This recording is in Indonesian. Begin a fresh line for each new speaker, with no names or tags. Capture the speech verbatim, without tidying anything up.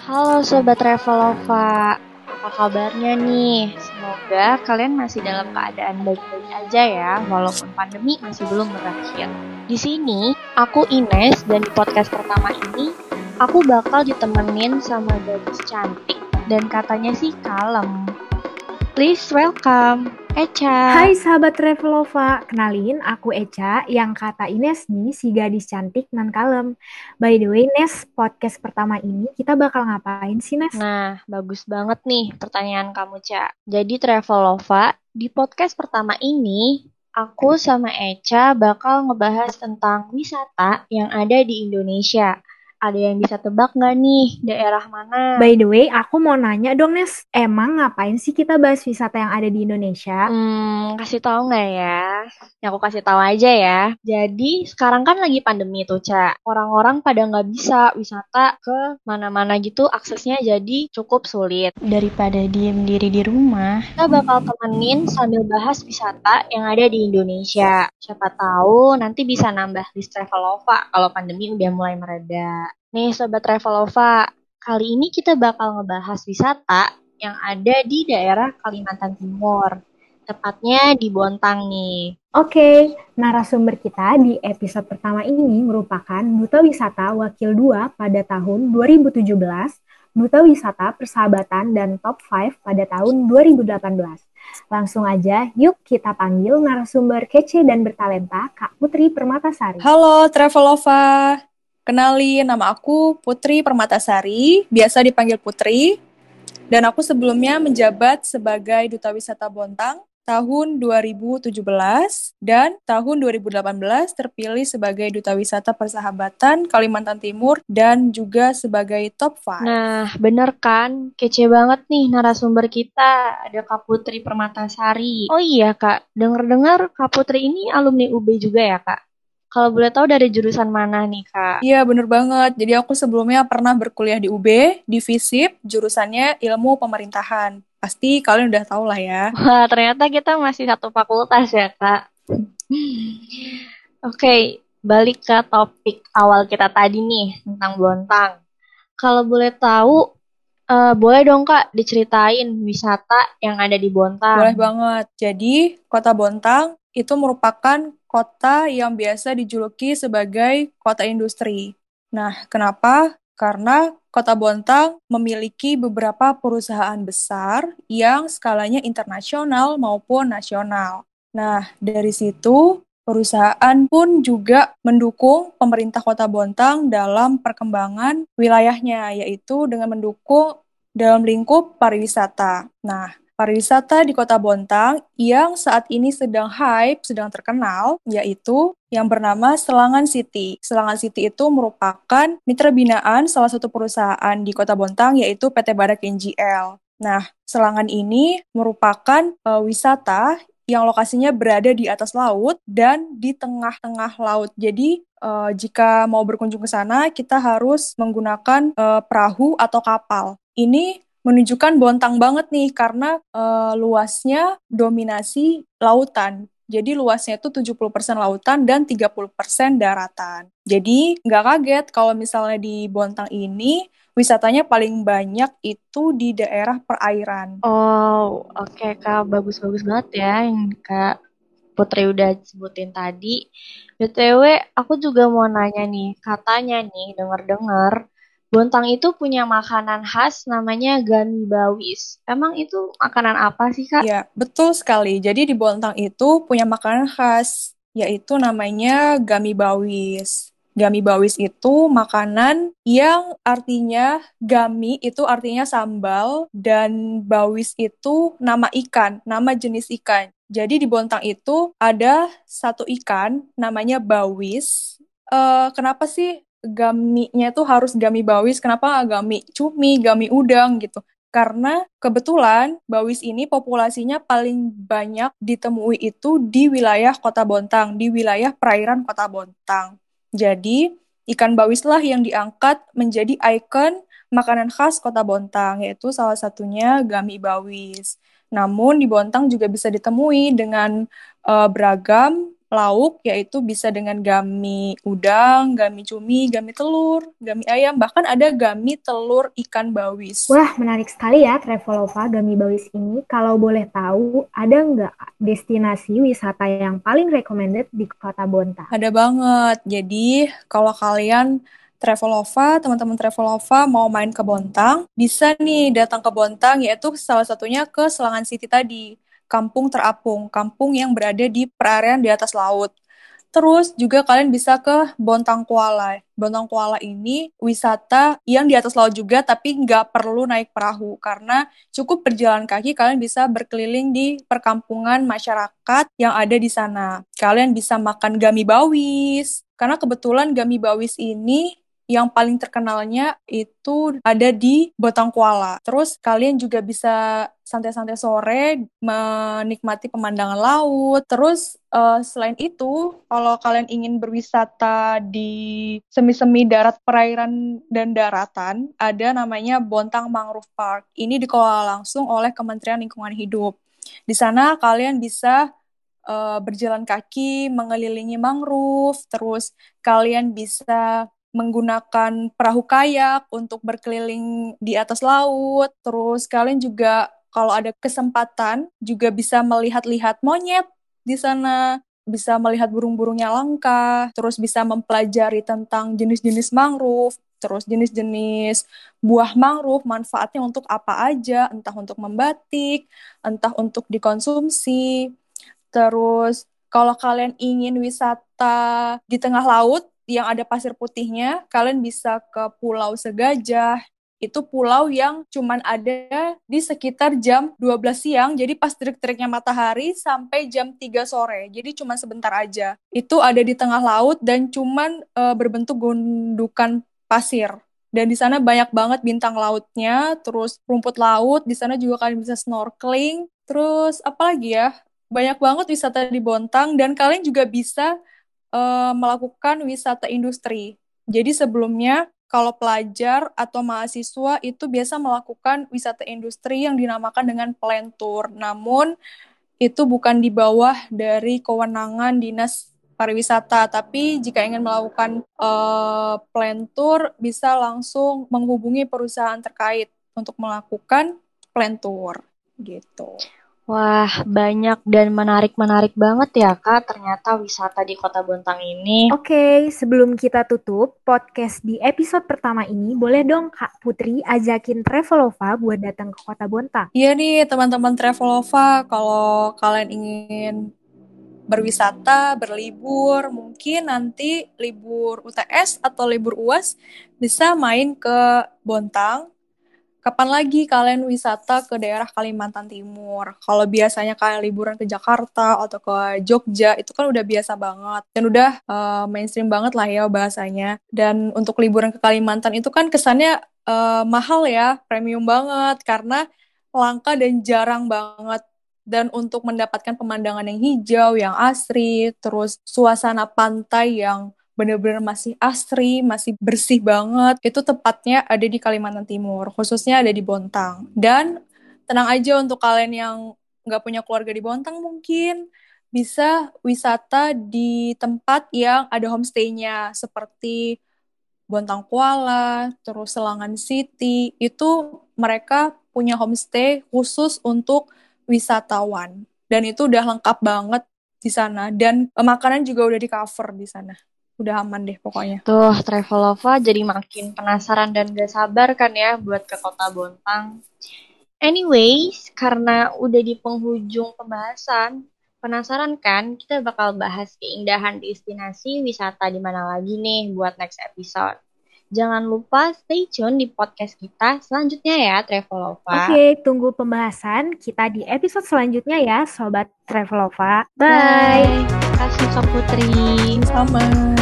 Halo Sobat Travelova, apa kabarnya nih? Semoga kalian masih dalam keadaan baik-baik aja ya, walaupun pandemi masih belum berakhir. Di sini, aku Ines dan di podcast pertama ini, aku bakal ditemenin sama gadis cantik dan katanya sih kalem. Please welcome Echa.
Hai sahabat Travelova, kenalin aku Echa yang kata Ines nih si gadis cantik nan kalem. By the way Nes, podcast pertama ini kita bakal ngapain sih Nes?
Nah, bagus banget nih pertanyaan kamu, Ca. Jadi Travelova, di podcast pertama ini, aku sama Echa bakal ngebahas tentang wisata yang ada di Indonesia. Ada yang bisa tebak nggak nih daerah mana?
By the way, aku mau nanya dong Nes, emang ngapain sih kita bahas wisata yang ada di Indonesia?
Hmm, kasih tahu nggak ya? Ya, aku kasih tahu aja ya. Jadi sekarang kan lagi pandemi tuh, Ca. Orang-orang pada nggak bisa wisata ke mana-mana gitu, aksesnya jadi cukup sulit. Daripada diem diri di rumah, kita bakal temenin sambil bahas wisata yang ada di Indonesia. Siapa tahu nanti bisa nambah list Travelova kalau pandemi udah mulai mereda. Nih, Sobat Travelova, kali ini kita bakal ngebahas wisata yang ada di daerah Kalimantan Timur. Tepatnya di Bontang nih.
Oke, narasumber kita di episode pertama ini merupakan Duta Wisata Wakil dua pada tahun dua ribu tujuh belas, Duta Wisata Persahabatan dan Top lima pada tahun dua ribu delapan belas. Langsung aja, yuk kita panggil narasumber kece dan bertalenta, Kak Putri Permatasari.
Halo Travelova, kenalin nama aku Putri Permatasari, biasa dipanggil Putri, dan aku sebelumnya menjabat sebagai Duta Wisata Bontang tahun dua ribu tujuh belas dan tahun dua ribu delapan belas terpilih sebagai Duta Wisata Persahabatan Kalimantan Timur dan juga sebagai Top lima.
Nah, bener kan? Kece banget nih narasumber kita. Ada Kak Putri Permatasari. Oh iya, Kak. Dengar-dengar Kak Putri ini alumni U B juga ya, Kak? Kalau boleh tahu dari jurusan mana nih, Kak?
Iya, bener banget. Jadi aku sebelumnya pernah berkuliah di U B, di FISIP, jurusannya Ilmu Pemerintahan. Pasti kalian udah tahu lah ya.
Wah, ternyata kita masih satu fakultas ya, Kak. Oke, balik ke topik awal kita tadi nih, tentang Bontang. Kalau boleh tahu, eh, boleh dong Kak diceritain wisata yang ada di Bontang.
Boleh banget. Jadi, Kota Bontang itu merupakan kota yang biasa dijuluki sebagai kota industri. Nah, kenapa? Karena Kota Bontang memiliki beberapa perusahaan besar yang skalanya internasional maupun nasional. Nah, dari situ perusahaan pun juga mendukung pemerintah Kota Bontang dalam perkembangan wilayahnya, yaitu dengan mendukung dalam lingkup pariwisata. Nah, pariwisata di Kota Bontang yang saat ini sedang hype, sedang terkenal, yaitu yang bernama Selangan City. Selangan City itu merupakan mitra binaan salah satu perusahaan di Kota Bontang, yaitu P T Badak N G L. Nah, Selangan ini merupakan uh, wisata yang lokasinya berada di atas laut dan di tengah-tengah laut. Jadi, uh, jika mau berkunjung ke sana, kita harus menggunakan uh, perahu atau kapal. Ini menunjukkan Bontang banget nih karena uh, luasnya dominasi lautan. Jadi luasnya itu tujuh puluh persen lautan dan tiga puluh persen daratan. Jadi nggak kaget kalau misalnya di Bontang ini wisatanya paling banyak itu di daerah perairan.
Oh, oke Kak, bagus-bagus banget ya yang Kak Putri udah sebutin tadi. B T W, aku juga mau nanya nih, katanya nih, denger-dengar, Bontang itu punya makanan khas namanya gami bawis. Emang itu makanan apa sih, Kak?
Ya, betul sekali. Jadi di Bontang itu punya makanan khas, yaitu namanya gami bawis. Gami bawis itu makanan yang artinya gami itu artinya sambal dan bawis itu nama ikan, nama jenis ikan. Jadi di Bontang itu ada satu ikan namanya bawis. Eh, kenapa sih gaminya itu harus gami bawis? Kenapa nggak gami cumi, gami udang gitu? Karena kebetulan bawis ini populasinya paling banyak ditemui itu di wilayah Kota Bontang, di wilayah perairan Kota Bontang. Jadi, ikan bawislah yang diangkat menjadi ikon makanan khas Kota Bontang, yaitu salah satunya gami bawis. Namun di Bontang juga bisa ditemui dengan uh, beragam lauk, yaitu bisa dengan gami udang, gami cumi, gami telur, gami ayam, bahkan ada gami telur ikan bawis.
Wah, menarik sekali ya Traveloka Gami Bawis ini. Kalau boleh tahu, ada nggak destinasi wisata yang paling recommended di Kota Bontang?
Ada banget. Jadi, kalau kalian Travelova, teman-teman Travelova mau main ke Bontang, bisa nih datang ke Bontang, yaitu salah satunya ke Selangan City tadi, kampung terapung, kampung yang berada di perarian di atas laut. Terus juga kalian bisa ke Bontang Kuala. Bontang Kuala ini wisata yang di atas laut juga, tapi nggak perlu naik perahu, karena cukup berjalan kaki kalian bisa berkeliling di perkampungan masyarakat yang ada di sana. Kalian bisa makan gami bawis, karena kebetulan gami bawis ini yang paling terkenalnya itu ada di Bontang Kuala. Terus kalian juga bisa santai-santai sore, menikmati pemandangan laut. Terus uh, selain itu, kalau kalian ingin berwisata di semi-semi darat, perairan, dan daratan, ada namanya Bontang Mangrove Park. Ini dikelola langsung oleh Kementerian Lingkungan Hidup. Di sana kalian bisa uh, berjalan kaki, mengelilingi mangrove, terus kalian bisa menggunakan perahu kayak untuk berkeliling di atas laut. Terus kalian juga kalau ada kesempatan juga bisa melihat-lihat monyet di sana, bisa melihat burung-burung yang langka, terus bisa mempelajari tentang jenis-jenis mangrove, terus jenis-jenis buah mangrove, manfaatnya untuk apa aja, entah untuk membatik, entah untuk dikonsumsi. Terus kalau kalian ingin wisata di tengah laut yang ada pasir putihnya, kalian bisa ke Pulau Segajah. Itu pulau yang cuman ada di sekitar jam dua belas siang, jadi pas terik-teriknya matahari sampai jam tiga sore. Jadi cuma sebentar aja. Itu ada di tengah laut dan cuman e, berbentuk gundukan pasir. Dan di sana banyak banget bintang lautnya, terus rumput laut, di sana juga kalian bisa snorkeling. Terus apa lagi ya? Banyak banget wisata di Bontang dan kalian juga bisa Uh, melakukan wisata industri. Jadi sebelumnya kalau pelajar atau mahasiswa itu biasa melakukan wisata industri yang dinamakan dengan plan tour. Namun itu bukan di bawah dari kewenangan Dinas Pariwisata, tapi jika ingin melakukan uh, plan tour bisa langsung menghubungi perusahaan terkait untuk melakukan plan tour gitu.
Wah, banyak dan menarik-menarik banget ya Kak, ternyata wisata di Kota Bontang ini.
Oke, sebelum kita tutup podcast di episode pertama ini, boleh dong Kak Putri ajakin Travelova buat datang ke Kota Bontang.
Iya nih teman-teman Travelova, kalau kalian ingin berwisata, berlibur, mungkin nanti libur U T S atau libur U A S bisa main ke Bontang. Kapan lagi kalian wisata ke daerah Kalimantan Timur? Kalau biasanya kalian liburan ke Jakarta atau ke Jogja, itu kan udah biasa banget. Dan udah uh, mainstream banget lah ya bahasanya. Dan untuk liburan ke Kalimantan itu kan kesannya uh, mahal ya, premium banget. Karena langka dan jarang banget. Dan untuk mendapatkan pemandangan yang hijau, yang asri, terus suasana pantai yang benar-benar masih asri, masih bersih banget. Itu tepatnya ada di Kalimantan Timur, khususnya ada di Bontang. Dan tenang aja untuk kalian yang nggak punya keluarga di Bontang mungkin bisa wisata di tempat yang ada homestay-nya, seperti Bontang Kuala, terus Selangan City. Itu mereka punya homestay khusus untuk wisatawan. Dan itu udah lengkap banget di sana. Dan makanan juga udah di cover di sana. Udah aman deh pokoknya.
Tuh, Travelova jadi makin penasaran dan gak sabar kan ya buat ke Kota Bontang. Anyways, karena udah di penghujung pembahasan, penasaran kan kita bakal bahas keindahan destinasi wisata di mana lagi nih buat next episode. Jangan lupa stay tune di podcast kita selanjutnya ya, Travelova.
Oke, tunggu pembahasan kita di episode selanjutnya ya, Sobat Travelova.
Bye! Terima kasih Kak Putri.
Sama.